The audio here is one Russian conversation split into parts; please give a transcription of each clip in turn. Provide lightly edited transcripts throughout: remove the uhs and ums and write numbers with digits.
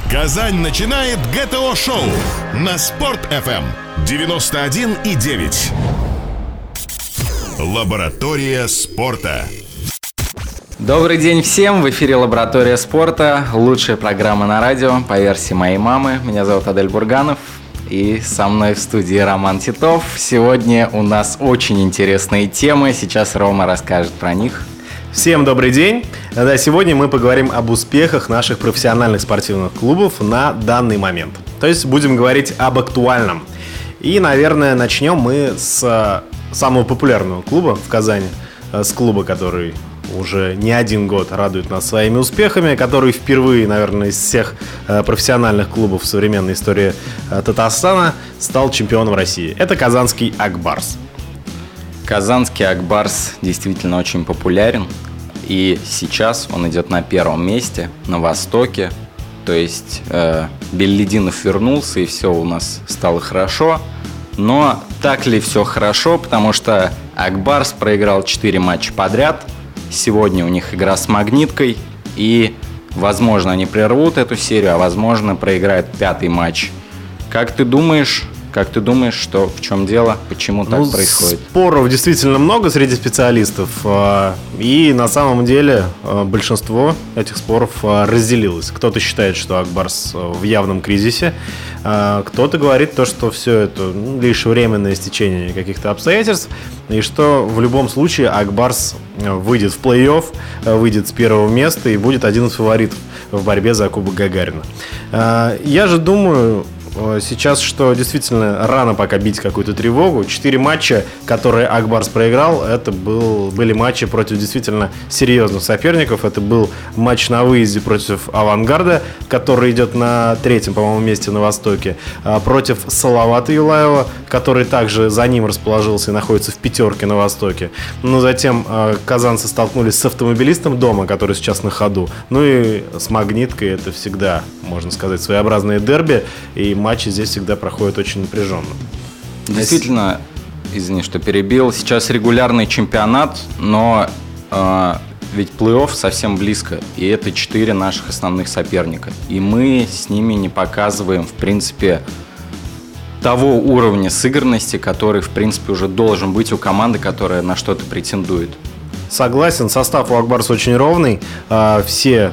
Казань начинает ГТО-шоу на Спорт-ФМ 91,9. Лаборатория спорта. Добрый день всем! В эфире «Лаборатория спорта», лучшая программа на радио по версии моей мамы. Меня зовут Адель Бурганов, и со мной в студии Роман Титов. Сегодня у нас очень интересные темы, сейчас Рома расскажет про них. Всем добрый день! Да, сегодня мы поговорим об успехах наших профессиональных спортивных клубов на данный момент. То есть будем говорить об актуальном. И, наверное, начнем мы с самого популярного клуба в Казани, с клуба, который уже не один год радует нас своими успехами, который впервые, наверное, из всех профессиональных клубов в современной истории Татарстана стал чемпионом России. Это казанский «Ак Барс». Казанский «Ак Барс» действительно очень популярен, и сейчас он идет на первом месте, на Востоке. То есть Беллидинов вернулся, и все у нас стало хорошо. Но так ли все хорошо, потому что «Ак Барс» проиграл 4 матча подряд. Сегодня у них игра с «Магниткой», и, возможно, они прервут эту серию, а, возможно, проиграют 5-й матч. Как ты думаешь, что в чем дело, почему так происходит? Споров действительно много среди специалистов, и на самом деле большинство этих споров разделилось. Кто-то считает, что «Ак Барс» в явном кризисе, кто-то говорит то, что все это лишь временное стечение каких-то обстоятельств, и что в любом случае «Ак Барс» выйдет в плей-офф, выйдет с первого места и будет один из фаворитов в борьбе за Кубок Гагарина. Я же думаю сейчас, что действительно рано пока бить какую-то тревогу. 4 матча, которые «Ак Барс» проиграл, это были матчи против действительно серьезных соперников. Это был матч на выезде против «Авангарда», который идет на 3-м, по-моему, месте на Востоке, против Салавата Юлаева, который также за ним расположился и находится в 5-ке на Востоке. Но затем казанцы столкнулись с «Автомобилистом» дома, который сейчас на ходу. Ну и с «Магниткой» это всегда, можно сказать, своеобразные дерби, и матчи здесь всегда проходят очень напряженно. Действительно, извини, что перебил, сейчас регулярный чемпионат, но ведь плей-офф совсем близко, и это 4 наших основных соперника. И мы с ними не показываем, в принципе, того уровня сыгранности, который, в принципе, уже должен быть у команды, которая на что-то претендует. Согласен, состав у «Ак Барс» очень ровный, все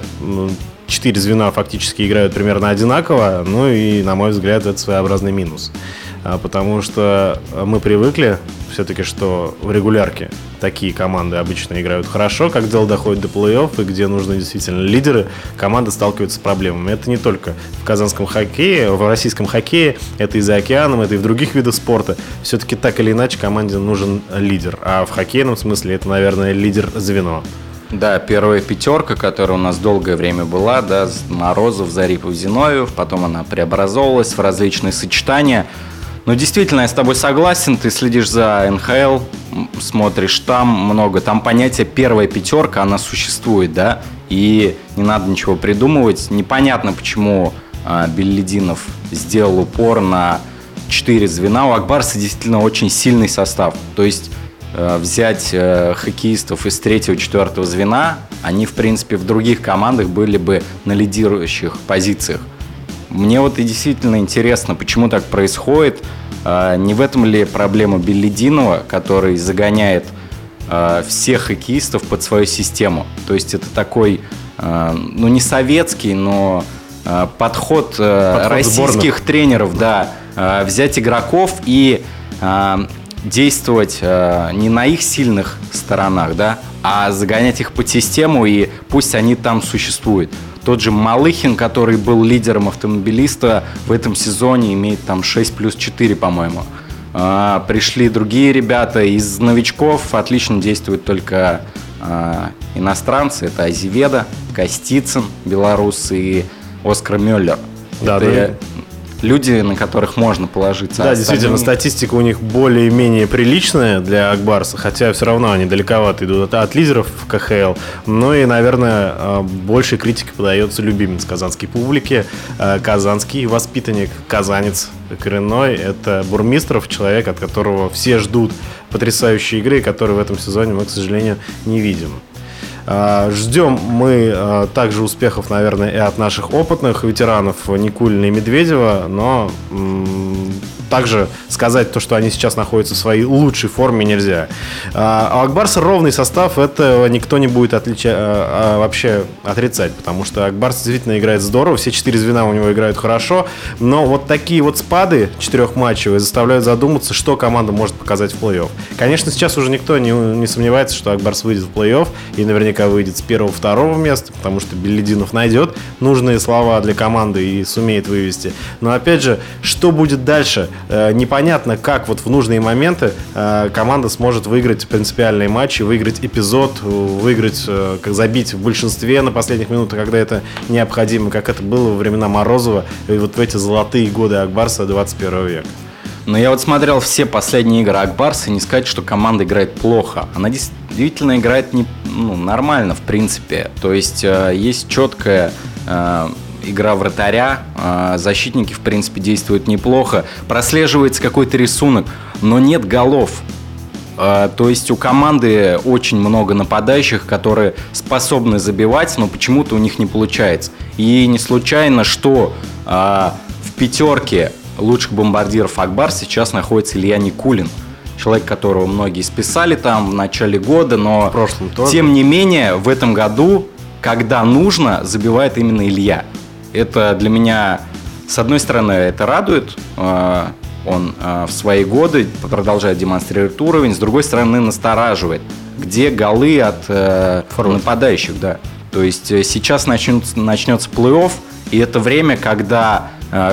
4 звена фактически играют примерно одинаково, ну и, на мой взгляд, это своеобразный минус. Потому что мы привыкли все-таки, что в регулярке такие команды обычно играют хорошо, как дело доходит до плей-офф, и где нужны действительно лидеры, команда сталкивается с проблемами. Это не только в казанском хоккее, в российском хоккее, это и за океаном, это и в других видах спорта. Все-таки так или иначе команде нужен лидер, а в хоккейном смысле это, наверное, лидер-звено. Да, первая 5-ка, которая у нас долгое время была, да, Морозов, Зарипов, Зиновьев, потом она преобразовалась в различные сочетания. Но действительно, я с тобой согласен, ты следишь за НХЛ, смотришь там много, там понятие «первая 5-ка», она существует, да, и не надо ничего придумывать. Непонятно, почему Беллидинов сделал упор на 4 звена. У «Ак Барса» действительно очень сильный состав, то есть взять хоккеистов из 3-4 звена, они, в принципе, в других командах были бы на лидирующих позициях. Мне вот и действительно интересно, почему так происходит. Не в этом ли проблема Беллидинова, который загоняет всех хоккеистов под свою систему? То есть это такой, ну не советский, но подход российских тренеров, да, взять игроков и действовать не на их сильных сторонах, да, а загонять их под систему, и пусть они там существуют. Тот же Малыхин, который был лидером «Автомобилиста», в этом сезоне имеет там 6+4, по-моему. Пришли другие ребята из новичков, отлично действуют только иностранцы. Это Азеведо, Костицын, белорус, и Оскар Мюллер. Да, это люди, на которых можно положиться. Да, действительно, статистика у них более-менее приличная для «Ак Барса», хотя все равно они далековато идут от лидеров в КХЛ. Ну и, наверное, большей критики подается любимец казанской публики, казанский воспитанник, казанец коренной. Это Бурмистров, человек, от которого все ждут потрясающей игры, которую в этом сезоне мы, к сожалению, не видим. Ждем мы также успехов, наверное, и от наших опытных ветеранов Никулина и Медведева, но также сказать то, что они сейчас находятся в своей лучшей форме, нельзя. А у Акбарса ровный состав, это никто не будет вообще отрицать, потому что Акбарс действительно играет здорово, все 4 звена у него играют хорошо, но вот такие вот спады 4-матчевые заставляют задуматься, что команда может показать в плей-офф. Конечно, сейчас уже никто не сомневается, что Акбарс выйдет в плей-офф и наверняка выйдет с 1-2 места, потому что Беллидинов найдет нужные слова для команды и сумеет вывести. Но опять же, что будет дальше? Непонятно, как вот в нужные моменты команда сможет выиграть принципиальные матчи, выиграть эпизод, выиграть, как забить в большинстве на последних минутах, когда это необходимо, как это было во времена Морозова и вот в эти золотые годы Акбарса 21 века. Но я вот смотрел все последние игры Акбарса, и не сказать, что команда играет плохо. Она действительно играет нормально, в принципе. То есть есть четкая игра вратаря, защитники, в принципе, действуют неплохо, прослеживается какой-то рисунок, но нет голов. То есть у команды очень много нападающих, которые способны забивать, но почему-то у них не получается. И не случайно, что в 5 лучших бомбардиров Акбар сейчас находится Илья Никулин. Человек, которого многие списали там в начале года, но тем не менее в этом году, когда нужно, забивает именно Илья. Это для меня, с одной стороны, это радует, он в свои годы продолжает демонстрировать уровень, с другой стороны, настораживает, где голы от нападающих, да. То есть сейчас начнется плей-офф, и это время, когда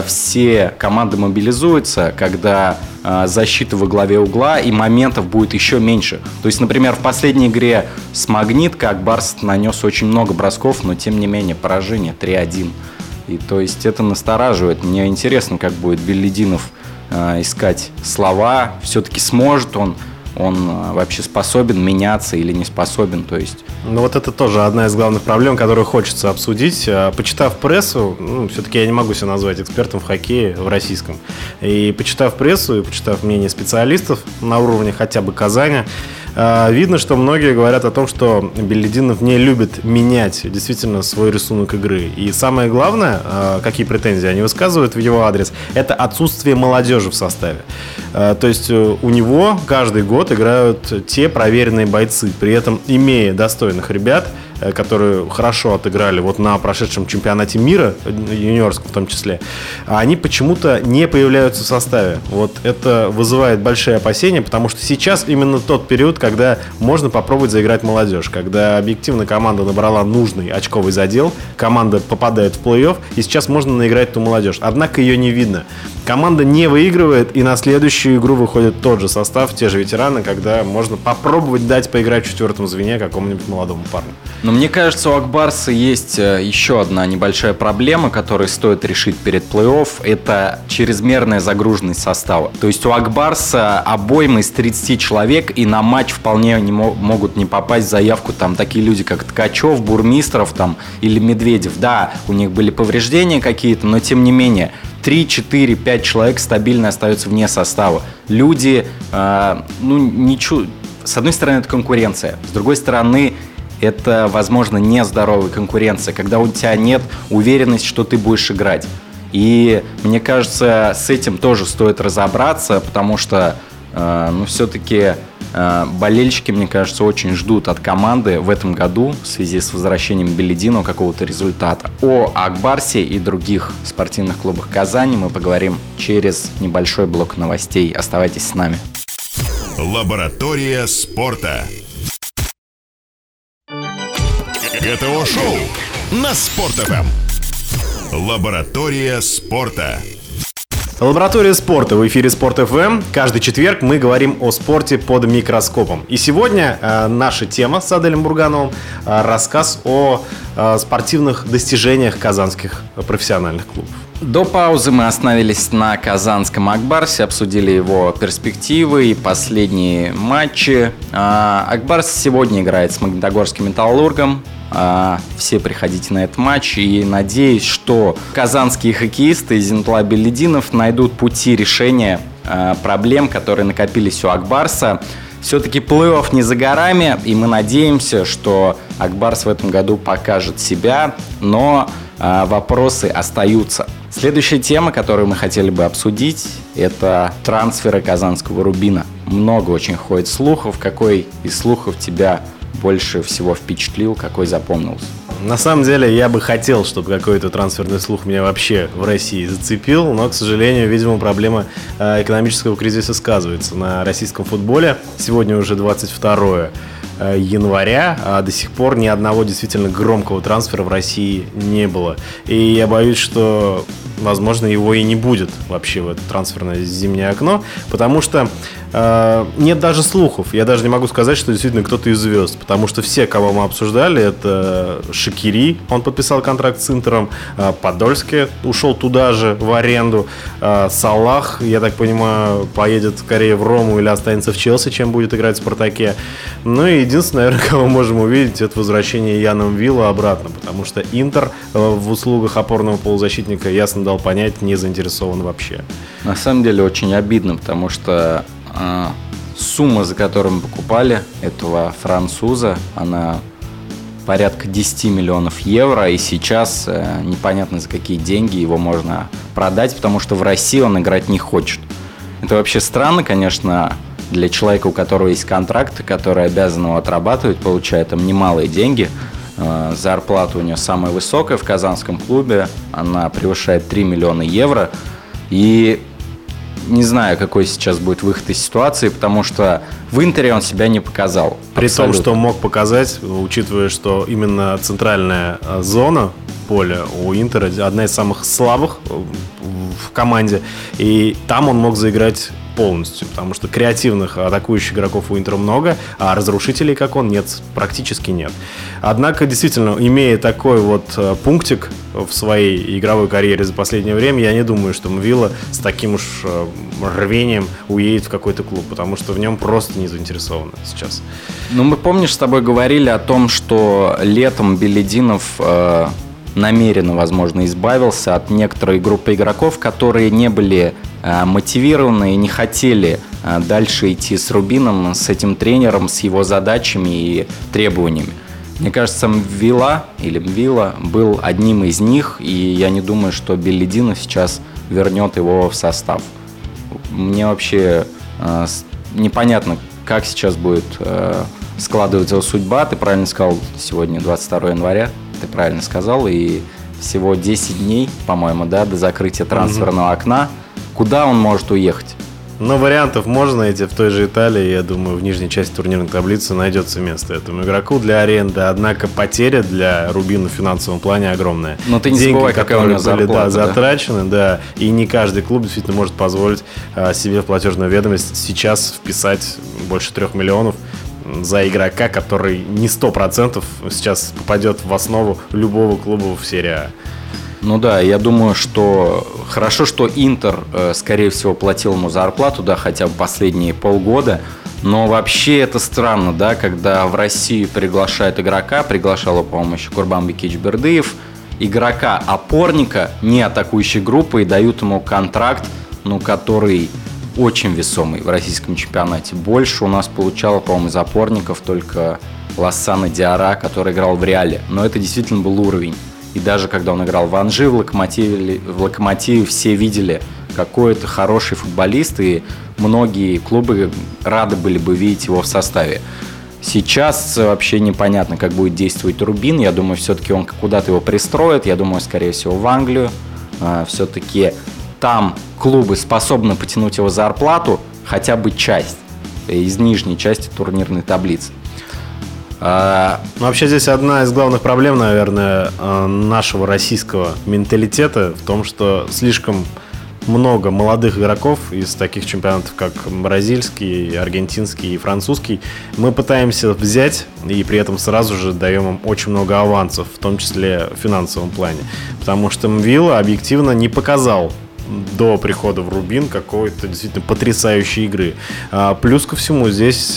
все команды мобилизуются, когда защита во главе угла, и моментов будет еще меньше. То есть, например, в последней игре с Магниткой Акбарс нанес очень много бросков, но тем не менее поражение 3-1. И то есть это настораживает. Мне интересно, как будет Беллидинов искать слова. Все-таки сможет он вообще способен меняться или не способен, то есть... Ну вот это тоже одна из главных проблем, которую хочется обсудить. Почитав прессу, все-таки я не могу себя назвать экспертом в хоккее в российском, и почитав прессу, и почитав мнение специалистов на уровне хотя бы Казани, видно, что многие говорят о том, что Беллидинов не любит менять действительно свой рисунок игры. И самое главное, какие претензии они высказывают в его адрес, это отсутствие молодежи в составе. То есть у него каждый год играют те проверенные бойцы, при этом имея достойных ребят, которые хорошо отыграли вот на прошедшем чемпионате мира, юниорском в том числе, они почему-то не появляются в составе. Вот это вызывает большие опасения, потому что сейчас именно тот период, когда можно попробовать заиграть молодежь, когда объективно команда набрала нужный очковый задел, команда попадает в плей-офф, и сейчас можно наиграть ту молодежь. Однако ее не видно. Команда не выигрывает, и на следующую игру выходит тот же состав, те же ветераны, когда можно попробовать дать поиграть в 4-м звене какому-нибудь молодому парню. Но мне кажется, у Акбарса есть еще одна небольшая проблема, которую стоит решить перед плей-офф. Это чрезмерная загруженность состава. То есть у Акбарса обойма из 30 человек, и на матч вполне могут не попасть в заявку там такие люди, как Ткачев, Бурмистров там, или Медведев. Да, у них были повреждения какие-то, но тем не менее 3, 4, 5 человек стабильно остаются вне состава. Люди, ничего. С одной стороны, это конкуренция. С другой стороны, это, возможно, нездоровая конкуренция, когда у тебя нет уверенности, что ты будешь играть. И мне кажется, с этим тоже стоит разобраться, потому что, все-таки болельщики, мне кажется, очень ждут от команды в этом году в связи с возвращением Беллидинова какого-то результата. О Акбарсе и других спортивных клубах Казани мы поговорим через небольшой блок новостей. Оставайтесь с нами. Лаборатория спорта. ГТО-шоу на Спорт.ФМ. Лаборатория спорта. Лаборатория спорта в эфире Спорт.ФМ. Каждый четверг мы говорим о спорте под микроскопом. И сегодня наша тема с Аделем Бургановым – рассказ о спортивных достижениях казанских профессиональных клубов. До паузы мы остановились на казанском Акбарсе, обсудили его перспективы и последние матчи. Акбарс сегодня играет с Магнитогорским Металлургом. Все приходите на этот матч, и надеюсь, что казанские хоккеисты из Зенитла Беллидинов найдут пути решения проблем, которые накопились у Акбарса. Все-таки плей-офф не за горами, и мы надеемся, что Ак-Барс в этом году покажет себя, но вопросы остаются. Следующая тема, которую мы хотели бы обсудить, это трансферы казанского «Рубина». Много очень ходит слухов. Какой из слухов тебя больше всего впечатлил, какой запомнился? На самом деле, я бы хотел, чтобы какой-то трансферный слух меня вообще в России зацепил, но, к сожалению, видимо, проблема экономического кризиса сказывается на российском футболе. Сегодня уже 22 января, а до сих пор ни одного действительно громкого трансфера в России не было. И я боюсь, что, возможно, его и не будет вообще в это трансферное зимнее окно, потому что нет даже слухов. Я даже не могу сказать, что действительно кто-то из звезд, потому что все, кого мы обсуждали, это Шакири, он подписал контракт с Интером, Подольский ушел туда же в аренду, Салах, я так понимаю, поедет скорее в Рому или останется в Челси, чем будет играть в Спартаке. Ну и единственное, наверное, кого мы можем увидеть, это возвращение Яна Мвила обратно, потому что Интер в услугах опорного полузащитника ясно дал понять, не заинтересован вообще. На самом деле очень обидно, потому что сумма, за которую мы покупали этого француза, она порядка 10 миллионов евро, и сейчас непонятно за какие деньги его можно продать, потому что в России он играть не хочет. Это вообще странно, конечно, для человека, у которого есть контракт, который обязан его отрабатывать, получает там немалые деньги. Зарплата у него самая высокая в казанском клубе, она превышает 3 миллиона евро, и не знаю, какой сейчас будет выход из ситуации, потому что в Интере он себя не показал. При Абсолютно. том, что мог показать, учитывая, что именно центральная зона поля у Интера одна из самых слабых в команде, и там он мог заиграть полностью, потому что креативных атакующих игроков у Интера много, а разрушителей, как он, нет, практически нет. Однако, действительно, имея такой вот пунктик в своей игровой карьере за последнее время, я не думаю, что Мвила с таким уж рвением уедет в какой-то клуб, потому что в нем просто не заинтересованы сейчас. Ну, мы, помнишь, с тобой говорили о том, что летом Белединов намеренно, возможно, избавился от некоторой группы игроков, которые не были мотивированы и не хотели дальше идти с Рубином, с этим тренером, с его задачами и требованиями. Мне кажется, Мвила был одним из них, и я не думаю, что Белединов сейчас вернет его в состав. Мне вообще непонятно, как сейчас будет складываться его судьба. Ты правильно сказал, сегодня 22 января, ты правильно сказал, и всего 10 дней, по-моему, да, до закрытия трансферного окна. Куда он может уехать? Но вариантов можно найти в той же Италии. Я думаю, в нижней части турнирной таблицы найдется место этому игроку для аренды. Однако потеря для Рубина в финансовом плане огромная. Но ты не деньги, забывай, какая у него зарплата, затрачены, да. И не каждый клуб действительно может позволить себе в платежную ведомость сейчас вписать больше 3 миллионов за игрока, который не 100% сейчас попадет в основу любого клуба в серии А. Ну да, я думаю, что хорошо, что Интер, скорее всего, платил ему зарплату, да, хотя бы последние полгода. Но вообще это странно, да, когда в Россию приглашают игрока, приглашал, по-моему, еще Курбанбек Ичбердыев, игрока-опорника, не атакующей группы, и дают ему контракт, ну, который очень весомый в российском чемпионате. Больше у нас получало, по-моему, из опорников только Лассана Диарра, который играл в Реале. Но это действительно был уровень. И даже когда он играл в Анжи, в Локомотиве все видели, какой это хороший футболист, и многие клубы рады были бы видеть его в составе. Сейчас вообще непонятно, как будет действовать Рубин. Я думаю, все-таки он куда-то его пристроит. Я думаю, скорее всего, в Англию. Все-таки там клубы способны потянуть его зарплату, хотя бы часть из нижней части турнирной таблицы. Вообще здесь одна из главных проблем, наверное, нашего российского менталитета в том, что слишком много молодых игроков из таких чемпионатов, как бразильский, аргентинский и французский, мы пытаемся взять и при этом сразу же даем им очень много авансов, в том числе в финансовом плане. Потому что Мвила объективно не показал до прихода в Рубин какой-то действительно потрясающей игры. Плюс ко всему здесь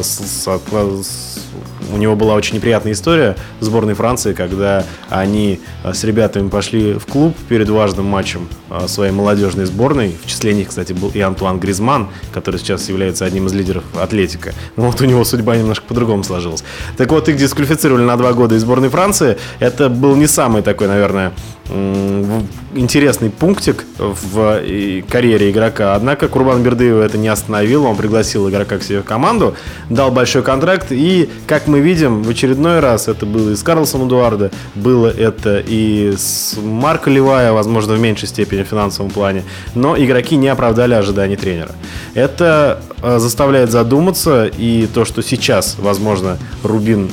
у него была очень неприятная история в сборной Франции, когда они с ребятами пошли в клуб перед важным матчем своей молодежной сборной. В числе них, кстати, был и Антуан Гризман, который сейчас является одним из лидеров Атлетико. Но вот у него судьба немножко по-другому сложилась. Так вот, их дисквалифицировали на 2 года из сборной Франции. Это был не самый такой, наверное, интересный пунктик в карьере игрока. Однако Курбан Бердыева это не остановило. Он пригласил игрока к себе в команду, дал большой контракт. И, как мы видим, в очередной раз это было и с Карлосом Эдуардо, было это и с Марко Левая, возможно, в меньшей степени в финансовом плане. Но игроки не оправдали ожиданий тренера. Это заставляет задуматься. И то, что сейчас, возможно, Рубин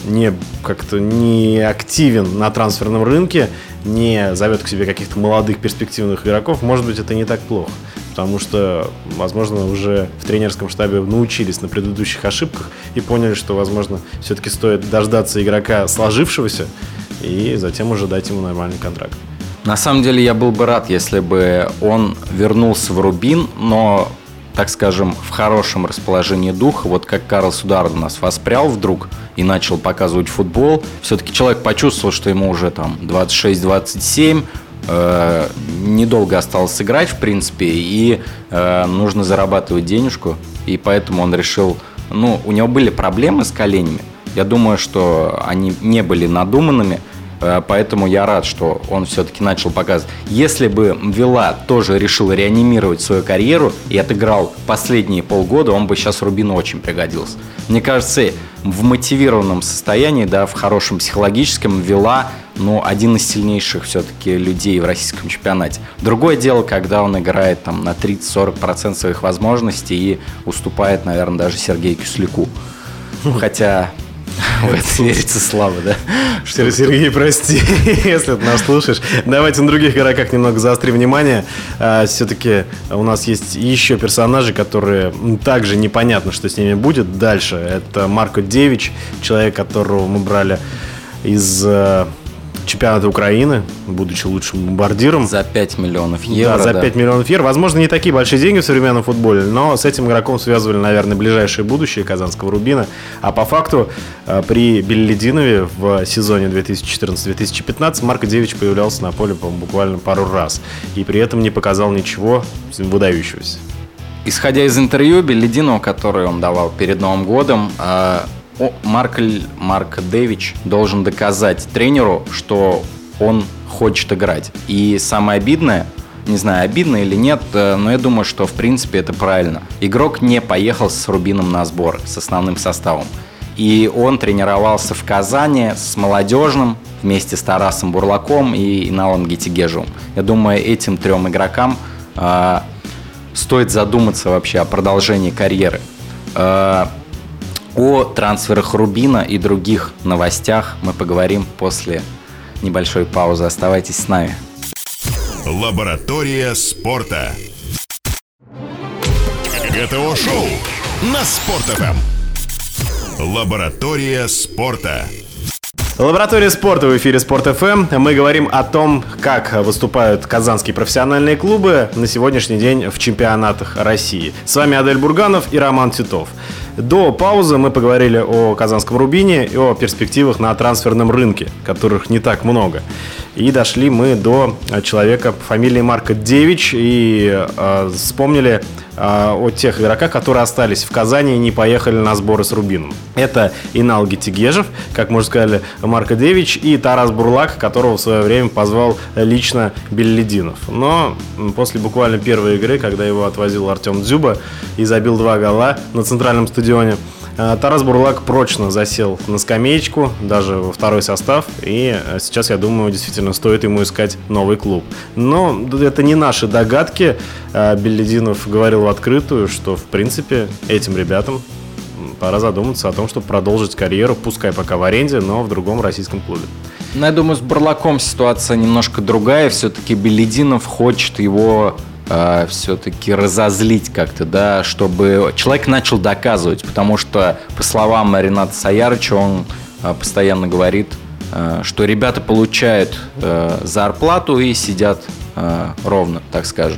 не активен на трансферном рынке, не зовет к себе каких-то молодых перспективных игроков, может быть, это не так плохо. Потому что, возможно, уже в тренерском штабе научились на предыдущих ошибках и поняли, что, возможно, все-таки стоит дождаться игрока сложившегося и затем уже дать ему нормальный контракт. На самом деле я был бы рад, если бы он вернулся в Рубин, но, так скажем, в хорошем расположении духа, вот как Карлос Эдуардо нас воспрял вдруг и начал показывать футбол. Все-таки человек почувствовал, что ему уже там 26-27, недолго осталось сыграть, в принципе, и нужно зарабатывать денежку, и поэтому он решил, у него были проблемы с коленями, я думаю, что они не были надуманными, поэтому я рад, что он все-таки начал показывать. Если бы Вила тоже решил реанимировать свою карьеру и отыграл последние полгода, он бы сейчас Рубину очень пригодился. Мне кажется, в мотивированном состоянии, да, в хорошем психологическом, Вила, один из сильнейших все-таки людей в российском чемпионате. Другое дело, когда он играет там на 30-40% своих возможностей и уступает, наверное, даже Сергею Кисляку. Хотя в это верится слабо, да? Сергей, прости, если ты нас слушаешь. Давайте на других игроках немного заострим внимание. Все-таки у нас есть еще персонажи, которые также непонятно, что с ними будет дальше. Это Марко Девич, человек, которого мы брали из чемпионата Украины, будучи лучшим бомбардиром. За 5 миллионов евро. Да, за 5 миллионов евро. Возможно, не такие большие деньги в современном футболе, но с этим игроком связывали, наверное, ближайшее будущее казанского Рубина. А по факту при Беллидинове в сезоне 2014-2015 Марко Девич появлялся на поле, по-моему, буквально пару раз. И при этом не показал ничего выдающегося. Исходя из интервью Беллидинова, которое он давал перед Новым годом, Марко Девич должен доказать тренеру, что он хочет играть. И самое обидное, не знаю, обидно или нет, но я думаю, что в принципе это правильно. Игрок не поехал с Рубином на сбор, с основным составом. И он тренировался в Казани с молодежным вместе с Тарасом Бурлаком и Иналом Гетигежевым. Я думаю, этим 3 игрокам стоит задуматься вообще о продолжении карьеры. О трансферах Рубина и других новостях мы поговорим после небольшой паузы. Оставайтесь с нами. Лаборатория спорта. ГТО-шоу на Спорт.ФМ. Лаборатория спорта. Лаборатория спорта в эфире Спорт.ФМ. Мы говорим о том, как выступают казанские профессиональные клубы на сегодняшний день в чемпионатах России. С вами Адель Бурганов и Роман Титов. До паузы мы поговорили о казанском Рубине и о перспективах на трансферном рынке, которых не так много. И дошли мы до человека по фамилии Марко Девич и вспомнили о тех игроках, которые остались в Казани и не поехали на сборы с Рубином. Это Инал Гетигежев, как мы уже сказали, Марко Девич и Тарас Бурлак, которого в свое время позвал лично Беллидинов. Но после буквально первой игры, когда его отвозил Артем Дзюба и забил 2 гола на центральном стадионе, Тарас Бурлак прочно засел на скамеечку, даже во второй состав, и сейчас, я думаю, действительно стоит ему искать новый клуб. Но это не наши догадки. Беллидинов говорил в открытую, что, в принципе, этим ребятам пора задуматься о том, чтобы продолжить карьеру, пускай пока в аренде, но в другом российском клубе. Ну, я думаю, с Бурлаком ситуация немножко другая. Все-таки Беллидинов хочет его все-таки разозлить как-то, да, чтобы человек начал доказывать, потому что, по словам Рената Саярыча, он постоянно говорит, что ребята получают зарплату и сидят ровно, так скажем.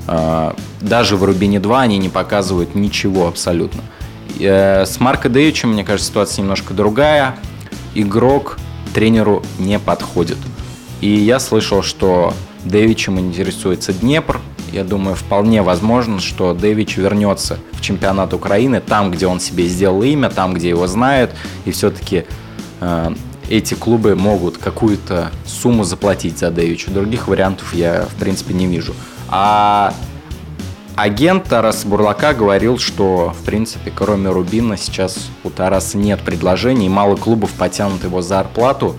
Даже в Рубине-2 они не показывают ничего абсолютно. С Марко Девичем, мне кажется, ситуация немножко другая. Игрок тренеру не подходит. И я слышал, что Девичем интересуется Днепр. Я думаю, вполне возможно, что Девич вернется в чемпионат Украины, там, где он себе сделал имя, там, где его знают, и все-таки эти клубы могут какую-то сумму заплатить за Девича. Других вариантов я, в принципе, не вижу. А агент Тараса Бурлака говорил, что, в принципе, кроме Рубина сейчас у Тараса нет предложений, и мало клубов потянут его зарплату,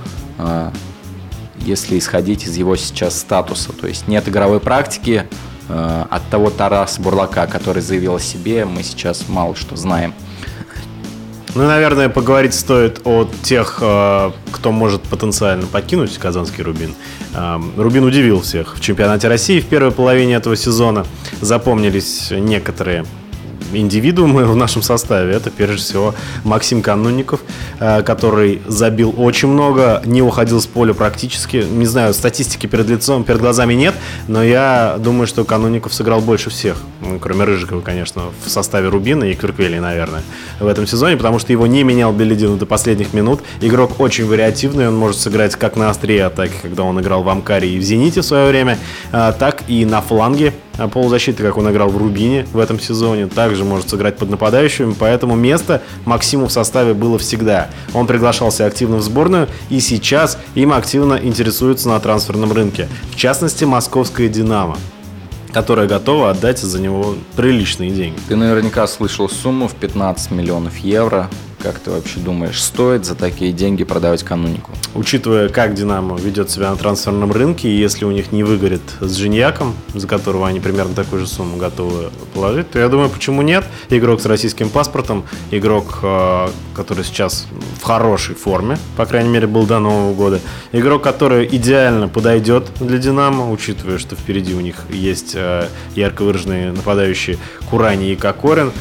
если исходить из его сейчас статуса. То есть нет игровой практики. От того Тараса Бурлака, который заявил о себе, мы сейчас мало что знаем. Ну, наверное, поговорить стоит о тех, кто может потенциально покинуть казанский Рубин. Рубин удивил всех в чемпионате России в первой половине этого сезона. Запомнились некоторые индивидуумы в нашем составе. Это, прежде всего, Максим Канунников, который забил очень много, не уходил с поля практически. Не знаю, статистики перед глазами нет, но я думаю, что Канунников сыграл больше всех, кроме Рыжикова, конечно, в составе Рубина и Кверквели, наверное, в этом сезоне, потому что его не менял Белединов до последних минут. Игрок очень вариативный, он может сыграть как на острие атаки, когда он играл в Амкаре и в Зените в свое время, так и на фланге полузащиты, как он играл в Рубине в этом сезоне, также может сыграть под нападающими, поэтому место Максиму в составе было всегда. Он приглашался активно в сборную, и сейчас им активно интересуются на трансферном рынке. В частности, московская «Динамо», которая готова отдать за него приличные деньги. Ты наверняка слышал сумму в 15 миллионов евро. Как ты вообще думаешь, стоит за такие деньги продавать Канунику? Учитывая, как «Динамо» ведет себя на трансферном рынке, и если у них не выгорит с Жиньяком, за которого они примерно такую же сумму готовы положить, то я думаю, почему нет? Игрок с российским паспортом, игрок, который сейчас в хорошей форме, по крайней мере, был до Нового года. Игрок, который идеально подойдет для «Динамо», учитывая, что впереди у них есть ярко выраженные нападающие Курани и Кокорин.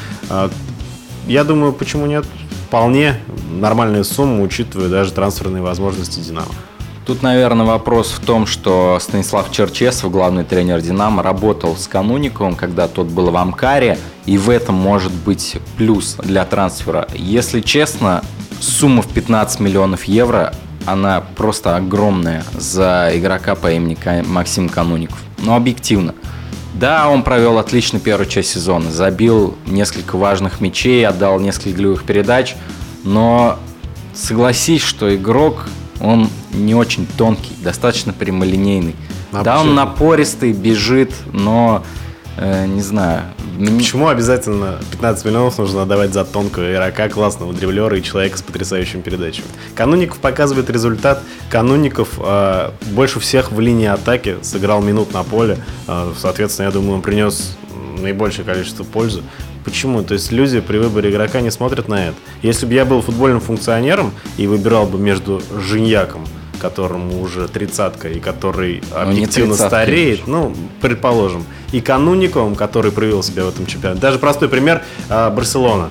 Я думаю, почему нет? Вполне нормальная сумма, учитывая даже трансферные возможности «Динамо». Тут, наверное, вопрос в том, что Станислав Черчесов, главный тренер «Динамо», работал с Кануниковым, когда тот был в Амкаре, и в этом может быть плюс для трансфера. Если честно, сумма в 15 миллионов евро, она просто огромная за игрока по имени Максим Кануников. Но объективно. Да, он провел отлично первую часть сезона, забил несколько важных мячей, отдал несколько голевых передач, но согласись, что игрок, он не очень тонкий, достаточно прямолинейный. Да, он напористый, бежит, но, не знаю... Почему обязательно 15 миллионов нужно отдавать за тонкого игрока, классного дриблера и человека с потрясающими передачами? Канунников показывает результат. Канунников больше всех в линии атаки сыграл минут на поле. Соответственно, я думаю, он принес наибольшее количество пользы. Почему? То есть люди при выборе игрока не смотрят на это. Если бы я был футбольным функционером и выбирал бы между Жиньяком, которому уже 30-ка и который объективно стареет, предположим, и Канунниковым, который проявил себя в этом чемпионате. Даже простой пример Барселона.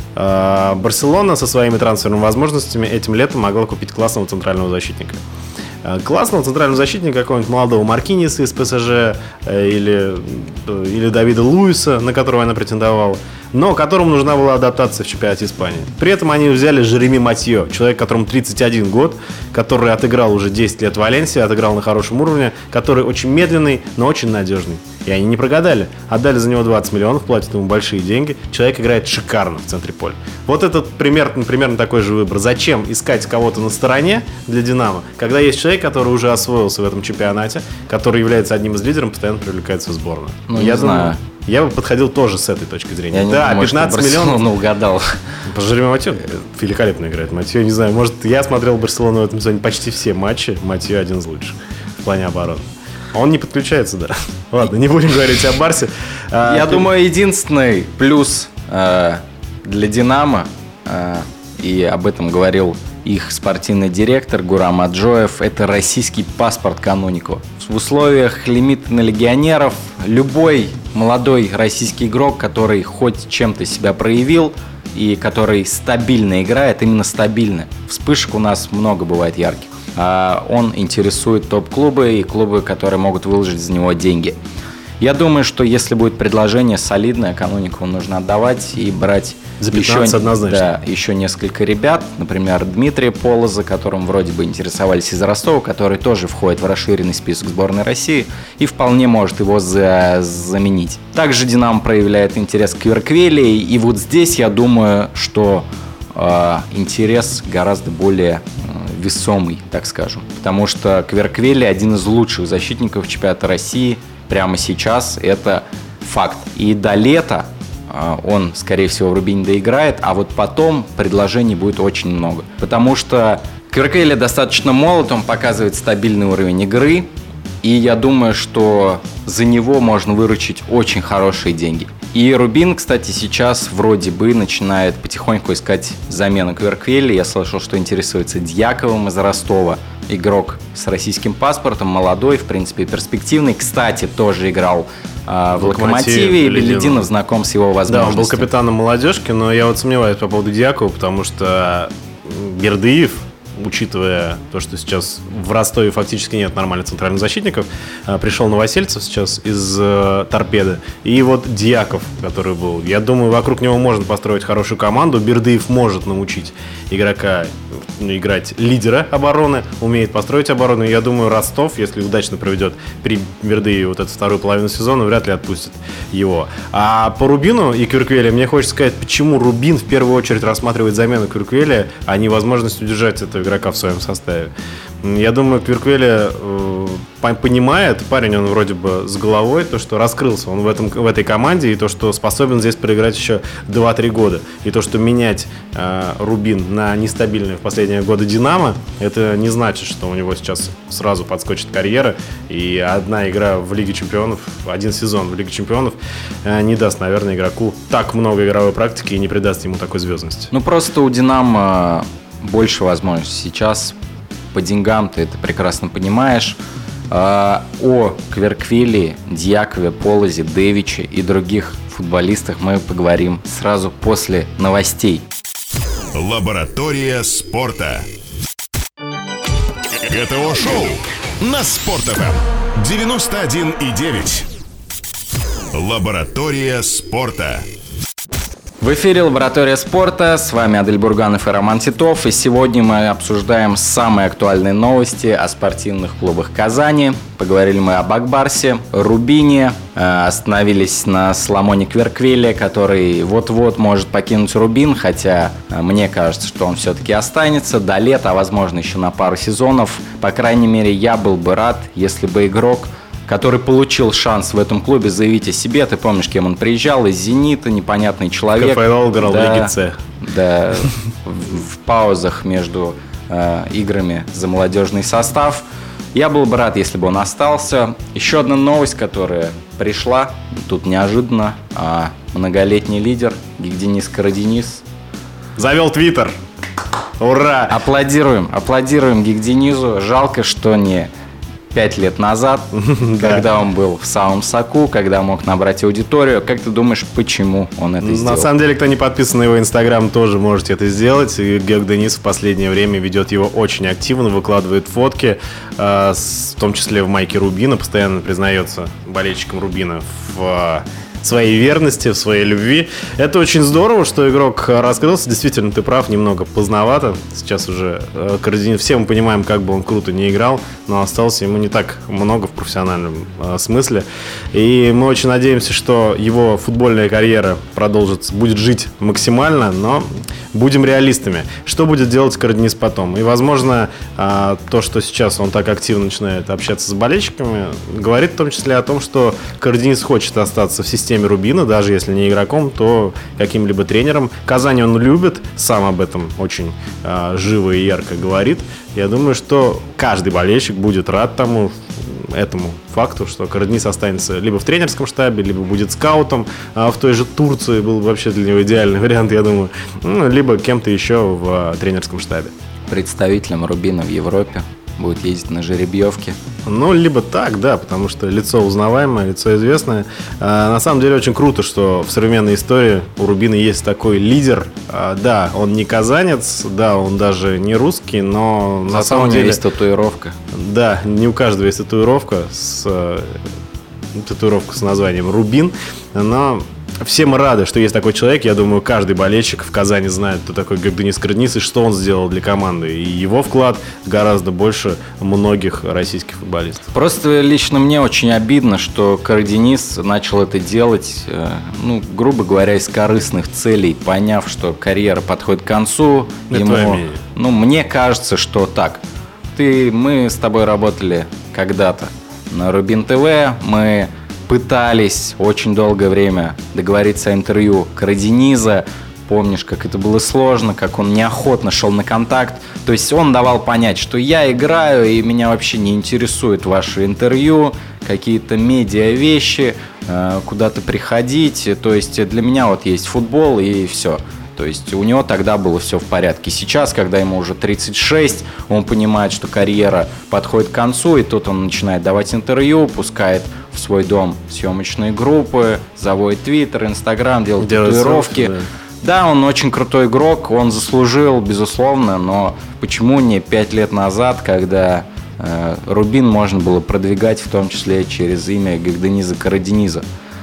Барселона со своими трансферными возможностями этим летом могла купить классного центрального защитника. Классного центрального защитника, какого-нибудь молодого Маркиниса из ПСЖ или Давида Луиса, на которого она претендовала, но которому нужна была адаптация в чемпионате Испании. При этом они взяли Жереми Матье, человек, которому 31 год, который отыграл уже 10 лет в Валенсии, отыграл на хорошем уровне, который очень медленный, но очень надежный. И они не прогадали. Отдали за него 20 миллионов, платят ему большие деньги. Человек играет шикарно в центре поля. Вот этот примерно такой же выбор. Зачем искать кого-то на стороне для «Динамо», когда есть человек, который уже освоился в этом чемпионате, который является одним из лидеров, постоянно привлекается в сборную. Я знаю. Я бы подходил тоже с этой точки зрения. Я не думаю, 15 миллионов. Угадал. Жереми Матье великолепно играет. Матье, не знаю, может, я смотрел Барселону в этом сезоне почти все матчи. Матье один из лучших в плане обороны. Он не подключается, да. Ладно, не будем говорить о Барсе. Я думаю, единственный плюс для «Динамо», и об этом говорил их спортивный директор Гурам Аджоев, это российский паспорт Канунникова. В условиях лимита на легионеров любой молодой российский игрок, который хоть чем-то себя проявил и который стабильно играет, именно стабильно. Вспышек у нас много бывает ярких. Он интересует топ-клубы и клубы, которые могут выложить за него деньги. Я думаю, что если будет предложение солидное, Каноникову нужно отдавать и брать за 15 однозначно. Да, еще несколько ребят, например, Дмитрия Полоза, которым вроде бы интересовались из Ростова, который тоже входит в расширенный список сборной России и вполне может его заменить. Также «Динамо» проявляет интерес к Кверквелии, и вот здесь я думаю, что интерес гораздо более весомый, так скажем, потому что Кверквелия один из лучших защитников чемпионата России прямо сейчас, это факт. И до лета он, скорее всего, в Рубине доиграет, а вот потом предложений будет очень много. Потому что Кверквелия достаточно молод, он показывает стабильный уровень игры, и я думаю, что за него можно выручить очень хорошие деньги. И Рубин, кстати, сейчас вроде бы начинает потихоньку искать замену Кверквелии. Я слышал, что интересуется Дьяковым из Ростова. Игрок с российским паспортом, молодой, в принципе, перспективный. Кстати, тоже играл в «Локомотиве», и Белединов знаком с его возможностями. Да, он был капитаном молодежки, но я вот сомневаюсь по поводу Дьякова, потому что Бердыев, учитывая то, что сейчас в Ростове фактически нет нормальных центральных защитников, пришел Новосельцев сейчас из «Торпеды», и вот Дьяков, который был. Я думаю, вокруг него можно построить хорошую команду. Бердыев может научить игрока играть лидера обороны, умеет построить оборону. Я думаю, Ростов, если удачно проведет при Бердыеве вот эту вторую половину сезона, вряд ли отпустит его. А по Рубину и Кверквелии мне хочется сказать, почему Рубин в первую очередь рассматривает замену Кверквелии, а не возможность удержать этого игрока в своем составе. Я думаю, Кверквелия понимает, парень, он вроде бы с головой, то, что раскрылся он в этой команде, и то, что способен здесь проиграть еще 2-3 года. И то, что менять Рубин на нестабильный в последние годы «Динамо», это не значит, что у него сейчас сразу подскочит карьера, и одна игра в Лиге Чемпионов, один сезон в Лиге Чемпионов не даст, наверное, игроку так много игровой практики и не придаст ему такой звездности. Ну, просто у «Динамо» больше возможностей сейчас. По деньгам ты это прекрасно понимаешь. О Кверквелии, Дьякове, Полозе, Дэвиче и других футболистах мы поговорим сразу после новостей. Лаборатория спорта. ГТО-шоу на Спорт.ФМ 91,9. Лаборатория спорта. В эфире «Лаборатория спорта», с вами Адель Бурганов и Роман Титов, и сегодня мы обсуждаем самые актуальные новости о спортивных клубах Казани. Поговорили мы об Акбарсе, Рубине, остановились на Соломоне Кверквелии, который вот-вот может покинуть Рубин, хотя мне кажется, что он все-таки останется до лета, а возможно еще на пару сезонов. По крайней мере, я был бы рад, если бы игрок, который получил шанс в этом клубе заявить о себе. Ты помнишь, кем он приезжал? Из «Зенита», непонятный человек. КФЛ играл в Лиге С. Да, в паузах между играми за молодежный состав. Я был бы рад, если бы он остался. Еще одна новость, которая пришла, тут неожиданно. Многолетний лидер Гигденис Караденис завел Твиттер. Ура! Аплодируем Гигденизу. Жалко, что не 5 лет назад, когда он был в самом соку, когда мог набрать аудиторию. Как ты думаешь, почему он это сделал? На самом деле, кто не подписан на его Инстаграм, тоже можете это сделать. И Георг Денис в последнее время ведет его очень активно, выкладывает фотки, в том числе в майке Рубина, постоянно признается болельщикам Рубина в своей верности, в своей любви. Это очень здорово, что игрок раскрылся. Действительно, ты прав, немного поздновато. Сейчас уже Караденис, все мы понимаем, как бы он круто не играл, но осталось ему не так много в профессиональном смысле. И мы очень надеемся, что его футбольная карьера продолжится, будет жить максимально, но будем реалистами. Что будет делать Караденис потом? И, возможно, то, что сейчас он так активно начинает общаться с болельщиками, говорит в том числе о том, что Караденис хочет остаться в системе Рубина, даже если не игроком, то каким-либо тренером. Казань он любит, сам об этом очень живо и ярко говорит. Я думаю, что каждый болельщик будет рад этому факту, что Караденис останется либо в тренерском штабе, либо будет скаутом в той же Турции, был бы вообще для него идеальный вариант, я думаю, либо кем-то еще в тренерском штабе. Представителем Рубина в Европе будет ездить на жеребьевке. Ну, либо так, да, потому что лицо узнаваемое, лицо известное. На самом деле очень круто, что в современной истории у Рубина есть такой лидер. Да, он не казанец, да, он даже не русский, но на самом деле... есть татуировка. Да, не у каждого есть татуировка с татуировку с названием «Рубин». Но все мы рады, что есть такой человек. Я думаю, каждый болельщик в Казани знает, кто такой Денис Караденис и что он сделал для команды. И его вклад гораздо больше многих российских футболистов. Просто лично мне очень обидно, что Караденис начал это делать, грубо говоря, из корыстных целей, поняв, что карьера подходит к концу. Это твое мнение? Мне кажется, что так. Мы с тобой работали когда-то на Рубин ТВ, мы пытались очень долгое время договориться о интервью Карадениза. Помнишь, как это было сложно, как он неохотно шел на контакт. То есть он давал понять, что я играю, и меня вообще не интересует ваше интервью, какие-то медиа вещи, куда-то приходить. То есть для меня вот есть футбол и все. То есть у него тогда было все в порядке. Сейчас, когда ему уже 36, он понимает, что карьера подходит к концу, и тут он начинает давать интервью, пускает в свой дом съемочные группы, заводит Твиттер, Инстаграм, делает татуировки. Да, он очень крутой игрок, он заслужил, безусловно, но почему не 5 лет назад, когда Рубин можно было продвигать, в том числе через имя Дениза Карадениза?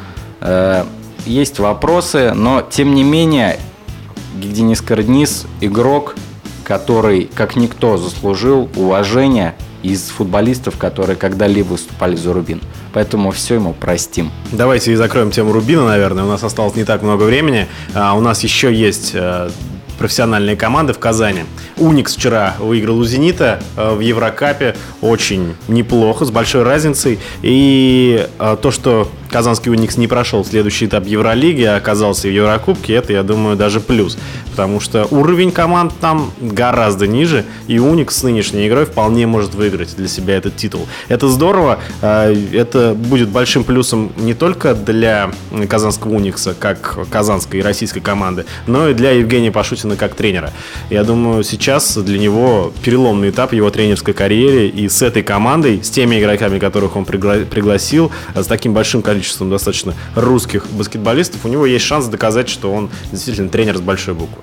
Есть вопросы, но тем не менее Денис Караденис – игрок, который, как никто, заслужил уважения из футболистов, которые когда-либо выступали за Рубин. Поэтому все ему простим. Давайте и закроем тему Рубина, наверное. У нас осталось не так много времени. У нас еще есть профессиональные команды в Казани. «Уникс» вчера выиграл у «Зенита» в Еврокапе очень неплохо, с большой разницей. И то, что казанский «Уникс» не прошел следующий этап Евролиги, а оказался в Еврокубке, это, я думаю, даже плюс. Потому что уровень команд там гораздо ниже, и «Уникс» с нынешней игрой вполне может выиграть для себя этот титул. Это здорово, это будет большим плюсом не только для казанского «Уникса», как казанской и российской команды, но и для Евгения Пашутина как тренера. Я думаю, сейчас для него переломный этап в его тренерской карьере, и с этой командой, с теми игроками, которых он пригласил, с таким большим количеством достаточно русских баскетболистов, у него есть шанс доказать, что он действительно тренер с большой буквы.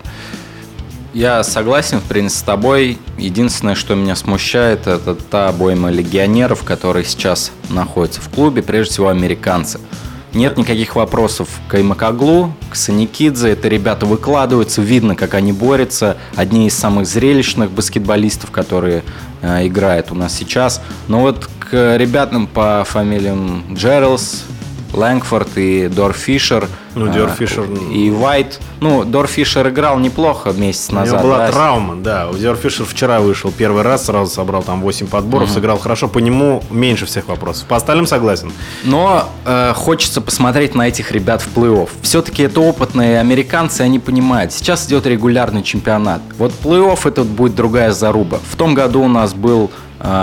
Я согласен, в принципе, с тобой. Единственное, что меня смущает, это та обойма легионеров, которые сейчас находятся в клубе, прежде всего американцы. Нет никаких вопросов к Аймакоглу, к Саникидзе. Это ребята выкладываются, видно, как они борются. Одни из самых зрелищных баскетболистов, которые играют у нас сейчас. Но вот к ребятам по фамилиям Джералс, Лэнгфорд и Дор Фишер, Дор Фишер и Уайт. Дор Фишер играл неплохо месяц назад. У него была травма, да. Дор Фишер вчера вышел первый раз, сразу собрал там 8 подборов, сыграл хорошо. По нему меньше всех вопросов. По остальным согласен. Но хочется посмотреть на этих ребят в плей-офф. Все-таки это опытные американцы, они понимают. Сейчас идет регулярный чемпионат. Вот плей-офф это будет другая заруба. В том году у нас был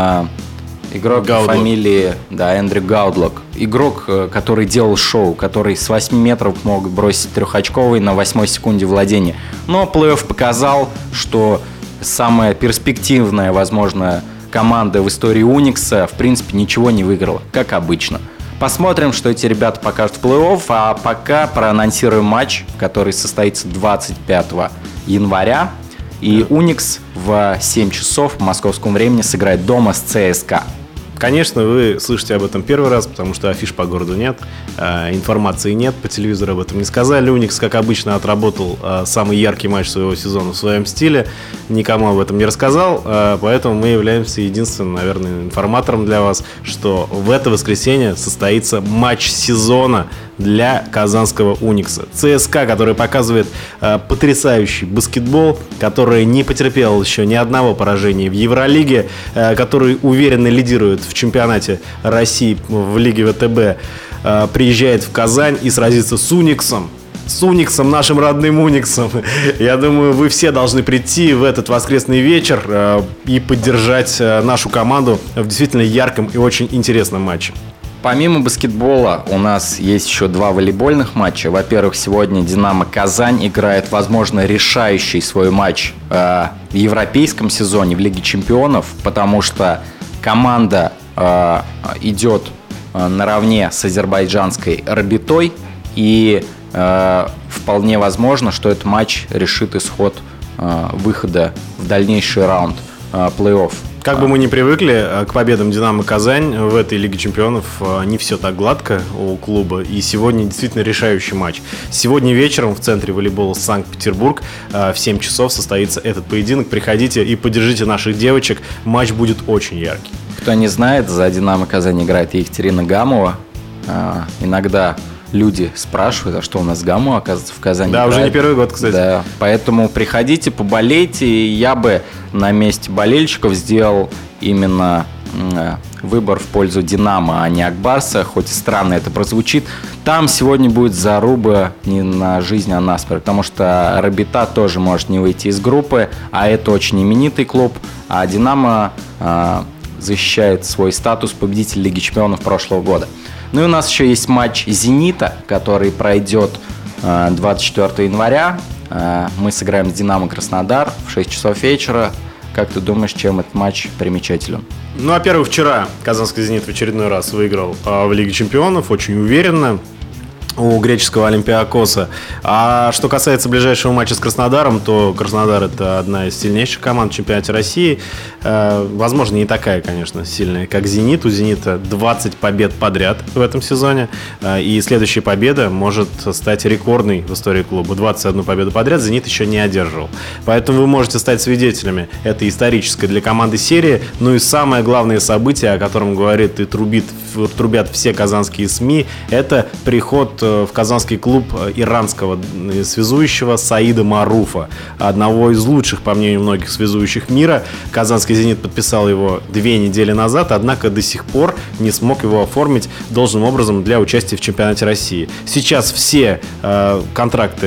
игрок по фамилии Эндрю Гаудлок. Игрок, который делал шоу, который с 8 метров мог бросить трехочковый на 8 секунде владения. Но плей-офф показал, что самая перспективная, возможно, команда в истории «Уникса» в принципе ничего не выиграла, как обычно. Посмотрим, что эти ребята покажут в плей-офф, а пока проанонсируем матч, который состоится 25 января. И «Уникс» в 7 часов по московскому времени сыграет дома с ЦСКА. Конечно, вы слышите об этом первый раз, потому что афиш по городу нет, информации нет, по телевизору об этом не сказали. «Уникс», как обычно, отработал самый яркий матч своего сезона в своем стиле, никому об этом не рассказал, поэтому мы являемся единственным, наверное, информатором для вас, что в это воскресенье состоится матч сезона для казанского «Уникса». ЦСКА, который показывает потрясающий баскетбол, который не потерпел еще ни одного поражения в Евролиге, который уверенно лидирует в чемпионате России в Лиге ВТБ, приезжает в Казань и сразится с «Униксом». С «Униксом», нашим родным «Униксом». Я думаю, вы все должны прийти в этот воскресный вечер и поддержать нашу команду в действительно ярком и очень интересном матче. Помимо баскетбола у нас есть еще 2 волейбольных матча. Во-первых, сегодня «Динамо Казань» играет, возможно, решающий свой матч в европейском сезоне в Лиге чемпионов, потому что команда идет наравне с азербайджанской «Рабитой», и вполне возможно, что этот матч решит исход выхода в дальнейший раунд плей-офф. Как бы мы ни привыкли к победам «Динамо Казань» в этой Лиге чемпионов, не все так гладко у клуба. И сегодня действительно решающий матч. Сегодня вечером в центре волейбола Санкт-Петербург в 7 часов состоится этот поединок. Приходите и поддержите наших девочек. Матч будет очень яркий. Кто не знает, за «Динамо Казань» играет Екатерина Гамова. Иногда люди спрашивают, а что у нас Гамова, оказывается, в Казани играет. Уже не первый год, кстати. Да, поэтому приходите, поболейте. И я бы на месте болельщиков сделал именно выбор в пользу «Динамо», а не «Акбарса», хоть и странно это прозвучит. Там сегодня будет заруба не на жизнь, а на смерть, потому что «Рабита» тоже может не выйти из группы, а это очень именитый клуб, а «Динамо» защищает свой статус победителя Лиги чемпионов прошлого года. Ну и у нас еще есть матч «Зенита», который пройдет 24 января. Мы сыграем с «Динамо Краснодар» в 6 часов вечера. Как ты думаешь, чем этот матч примечателен? Ну, во-первых, вчера казанский «Зенит» в очередной раз выиграл в Лиге чемпионов, очень уверенно у греческого Олимпиакоса. А что касается ближайшего матча с Краснодаром, то Краснодар — это одна из сильнейших команд в чемпионате России. Возможно, не такая, конечно, сильная, как «Зенит». У «Зенита» 20 побед подряд в этом сезоне. И следующая победа может стать рекордной в истории клуба. 21 победу подряд «Зенит» еще не одерживал. Поэтому вы можете стать свидетелями этой исторической для команды серии. Ну и самое главное событие, о котором говорит и трубят все казанские СМИ, это приход в казанский клуб иранского связующего Саида Маруфа, одного из лучших, по мнению многих, связующих мира. Казанский «Зенит» подписал его 2 недели назад, однако до сих пор не смог его оформить должным образом для участия в чемпионате России. Сейчас все контракт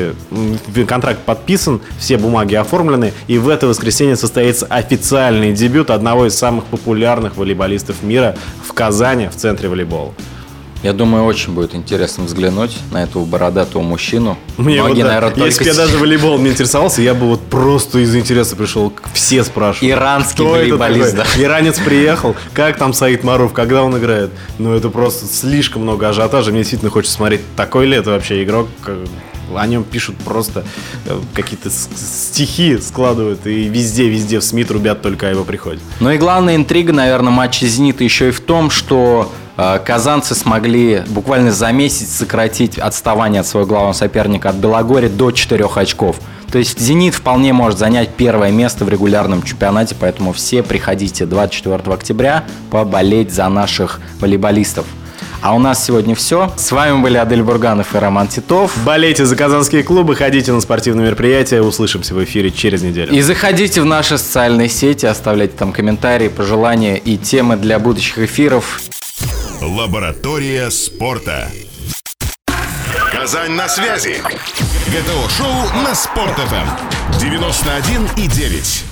подписан, все бумаги оформлены, и в это воскресенье состоится официальный дебют одного из самых популярных волейболистов мира в Казани, в центре волейбола. Я думаю, очень будет интересно взглянуть на этого бородатого мужчину. Мне вот, наверное, если бы я даже волейболом не интересовался, я бы вот просто из интереса пришел, все спрашивают. Иранский волейболист, да. Иранец приехал, как там Саид Маруф, когда он играет? Ну, это просто слишком много ажиотажа, мне действительно хочется смотреть, такой ли это вообще игрок. О нем пишут просто какие-то стихи, складывают, и везде в СМИ трубят только о его приходе. Ну и главная интрига, наверное, матча «Зенита» еще и в том, что казанцы смогли буквально за месяц сократить отставание от своего главного соперника от Белогорья до 4 очков. То есть «Зенит» вполне может занять первое место в регулярном чемпионате, поэтому все приходите 24 октября поболеть за наших волейболистов. А у нас сегодня все. С вами были Адель Бурганов и Роман Титов. Болейте за казанские клубы, ходите на спортивные мероприятия. Услышимся в эфире через неделю. И заходите в наши социальные сети, оставляйте там комментарии, пожелания и темы для будущих эфиров. Лаборатория спорта. Казань на связи. ГТО-шоу на Спорт.ФМ 91,9.